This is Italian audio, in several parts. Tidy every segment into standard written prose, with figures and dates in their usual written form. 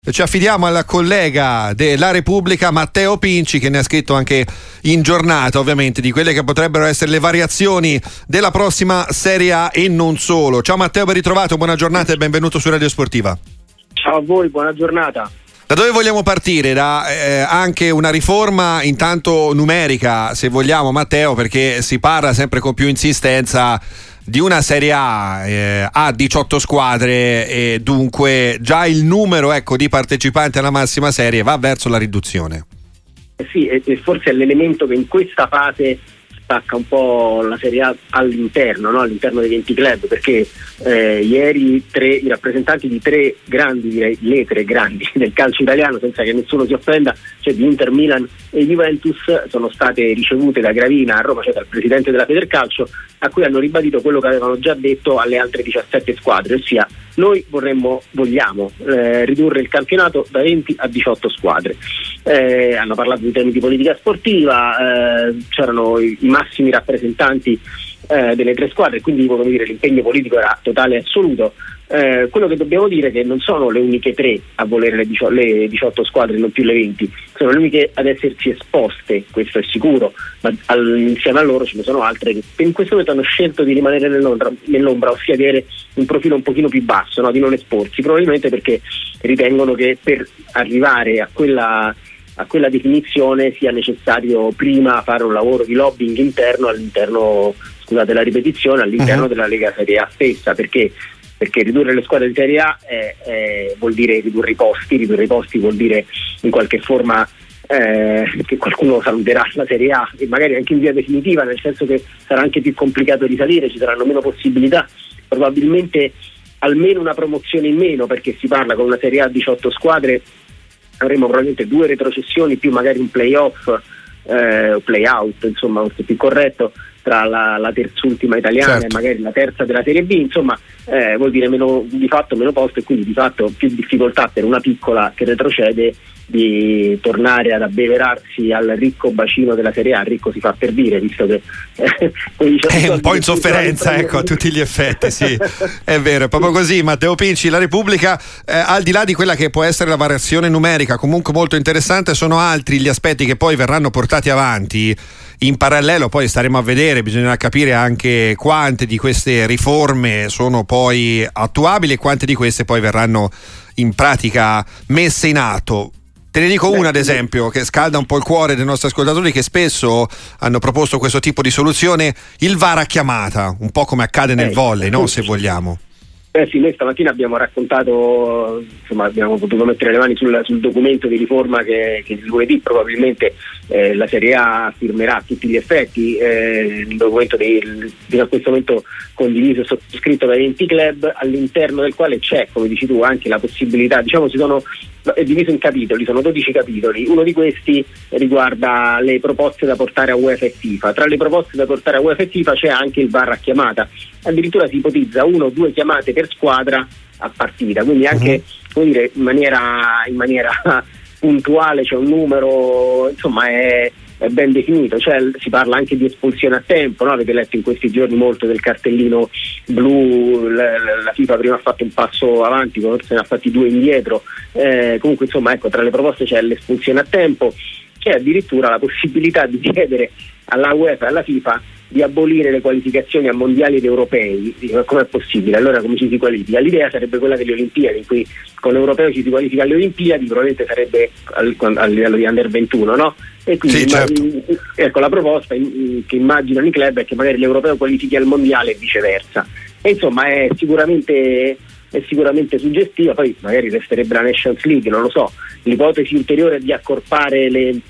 Ci affidiamo al collega della Repubblica Matteo Pinci, che ne ha scritto anche in giornata, ovviamente, di quelle che potrebbero essere le variazioni della prossima Serie A e non solo. Ciao Matteo, ben ritrovato, buona giornata e benvenuto su Radio Sportiva. Ciao a voi, buona giornata. Da dove vogliamo partire? Da anche una riforma intanto numerica, se vogliamo, Matteo, perché si parla sempre con più insistenza di una Serie A a 18 squadre e dunque già il numero di partecipanti alla massima serie va verso la riduzione. Sì, e forse è l'elemento che in questa fase stacca un po' la Serie A all'interno, no? All'interno dei 20 club, perché ieri i rappresentanti di tre grandi, direi le tre grandi del calcio italiano, senza che nessuno si offenda, cioè di Inter, Milan e Juventus, sono state ricevute da Gravina a Roma, cioè dal presidente della Federcalcio, a cui hanno ribadito quello che avevano già detto alle altre 17 squadre, ossia noi vogliamo ridurre il campionato da 20 a 18 squadre. Hanno parlato di temi di politica sportiva, c'erano i massimi rappresentanti delle tre squadre, quindi come dire, l'impegno politico era totale e assoluto. Quello che dobbiamo dire è che non sono le uniche tre a volere le 18 squadre, non più le 20, sono le uniche ad esserci esposte, questo è sicuro, ma insieme a loro ce ne sono altre che in questo momento hanno scelto di rimanere nell'ombra, ossia di avere un profilo un pochino più basso, no? Di non esporsi, probabilmente perché ritengono che per arrivare a quella definizione sia necessario prima fare un lavoro di lobbying all'interno, scusate la ripetizione, all'interno della Lega Serie A stessa, perché ridurre le squadre di Serie A vuol dire ridurre i posti vuol dire in qualche forma che qualcuno saluterà la Serie A e magari anche in via definitiva, nel senso che sarà anche più complicato risalire, ci saranno meno possibilità, probabilmente almeno una promozione in meno, perché si parla con una Serie A 18 squadre avremo probabilmente 2 retrocessioni più magari un play-off o play-out, insomma, questo è più corretto, tra la terzultima italiana, certo, e magari la terza della Serie B, insomma vuol dire di fatto meno posto e quindi di fatto più difficoltà per una piccola che retrocede di tornare ad abbeverarsi al ricco bacino della Serie A. Ricco si fa per dire, visto che è un po' in sofferenza, a tutti gli effetti, sì, è vero, è proprio così. Matteo Pinci, la Repubblica, al di là di quella che può essere la variazione numerica, comunque molto interessante, sono altri gli aspetti che poi verranno portati avanti in parallelo. Poi staremo a vedere, bisognerà capire anche quante di queste riforme sono poi attuabili e quante di queste poi verranno in pratica messe in atto. Te ne dico una, ad esempio, che scalda un po' il cuore dei nostri ascoltatori, che spesso hanno proposto questo tipo di soluzione: il VAR a chiamata, un po' come accade nel volley, no? Se vogliamo. Sì, noi stamattina abbiamo raccontato, insomma, abbiamo potuto mettere le mani sul documento di riforma che il lunedì probabilmente la Serie A firmerà a tutti gli effetti, il documento fino a questo momento condiviso e sottoscritto dai 20 club, all'interno del quale c'è, come dici tu, anche la possibilità, è diviso in capitoli, sono 12 capitoli, uno di questi riguarda le proposte da portare a UEFA e FIFA. Tra le proposte da portare a UEFA e FIFA c'è anche il VAR a chiamata, addirittura si ipotizza 1 o 2 chiamate per squadra a partita, quindi anche come dire, in maniera puntuale, c'è un numero, insomma è ben definito, cioè si parla anche di espulsione a tempo, no? Avete letto in questi giorni molto del cartellino blu, la FIFA prima ha fatto un passo avanti, forse ne ha fatti 2 indietro, comunque insomma, ecco, tra le proposte c'è l'espulsione a tempo, c'è addirittura la possibilità di chiedere alla UEFA e alla FIFA di abolire le qualificazioni a mondiali ed europei. Com'è possibile? Allora come ci si qualifica? L'idea sarebbe quella delle Olimpiadi, in cui con l'europeo ci si qualifica alle Olimpiadi, probabilmente sarebbe a livello di Under 21, no? E quindi sì, certo. Ecco, la proposta che immaginano i club è che magari l'europeo qualifichi al mondiale e viceversa. E insomma è sicuramente suggestiva, poi magari resterebbe la Nations League, non lo so. L'ipotesi ulteriore è di accorpare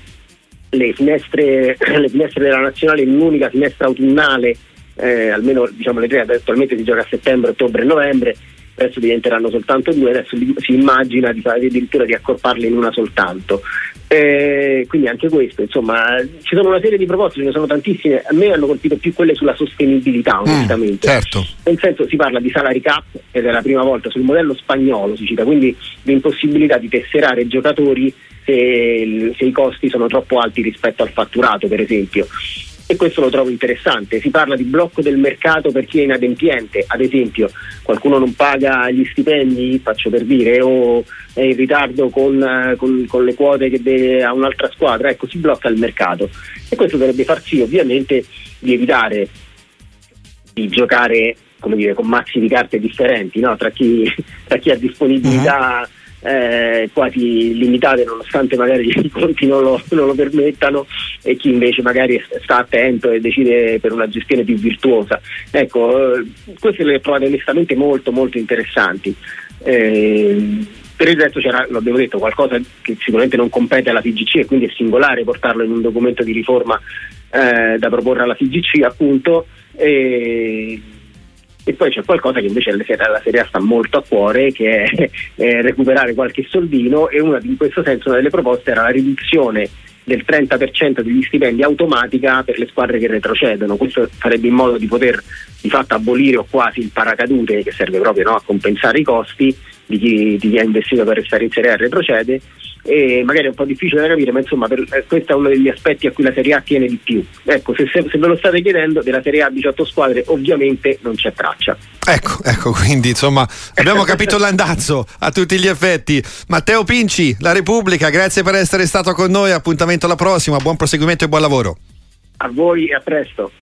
le finestre della nazionale in un'unica finestra autunnale, almeno diciamo le tre. Attualmente si gioca a settembre, ottobre e novembre, adesso diventeranno soltanto 2, adesso si immagina di fare addirittura di accorparle in una soltanto, quindi anche questo, insomma, ci sono una serie di proposte, ce ne sono tantissime. A me hanno colpito più quelle sulla sostenibilità, onestamente, certo. Nel senso, si parla di salary cap, ed è la prima volta sul modello spagnolo, si cita, quindi l'impossibilità di tesserare giocatori se i costi sono troppo alti rispetto al fatturato, per esempio. e questo lo trovo interessante. Si parla di blocco del mercato per chi è inadempiente, ad esempio qualcuno non paga gli stipendi, faccio per dire, o è in ritardo con le quote che deve a un'altra squadra, ecco, si blocca il mercato, e questo dovrebbe far sì ovviamente di evitare di giocare, come dire, con mazzi di carte differenti, no? tra chi ha disponibilità quasi limitate, nonostante magari i conti non lo permettano, e chi invece magari sta attento e decide per una gestione più virtuosa. Ecco, queste le ho trovate onestamente molto molto interessanti. Per il resto c'era, lo abbiamo detto, qualcosa che sicuramente non compete alla FIGC, e quindi è singolare portarlo in un documento di riforma da proporre alla FIGC, appunto, e poi c'è qualcosa che invece alla Serie A sta molto a cuore, che è recuperare qualche soldino, e in questo senso una delle proposte era la riduzione del 30% degli stipendi automatica per le squadre che retrocedono. Questo farebbe in modo di poter di fatto abolire o quasi il paracadute, che serve proprio, no, a compensare i costi di chi ha investito per restare in Serie A e retrocede. E magari è un po' difficile da capire, ma insomma questo è uno degli aspetti a cui la Serie A tiene di più. Ecco, se ve lo state chiedendo, della Serie A 18 squadre ovviamente non c'è traccia. Ecco, quindi insomma abbiamo capito l'andazzo a tutti gli effetti. Matteo Pinci, La Repubblica, grazie per essere stato con noi, appuntamento alla prossima, buon proseguimento e buon lavoro. A voi e a presto.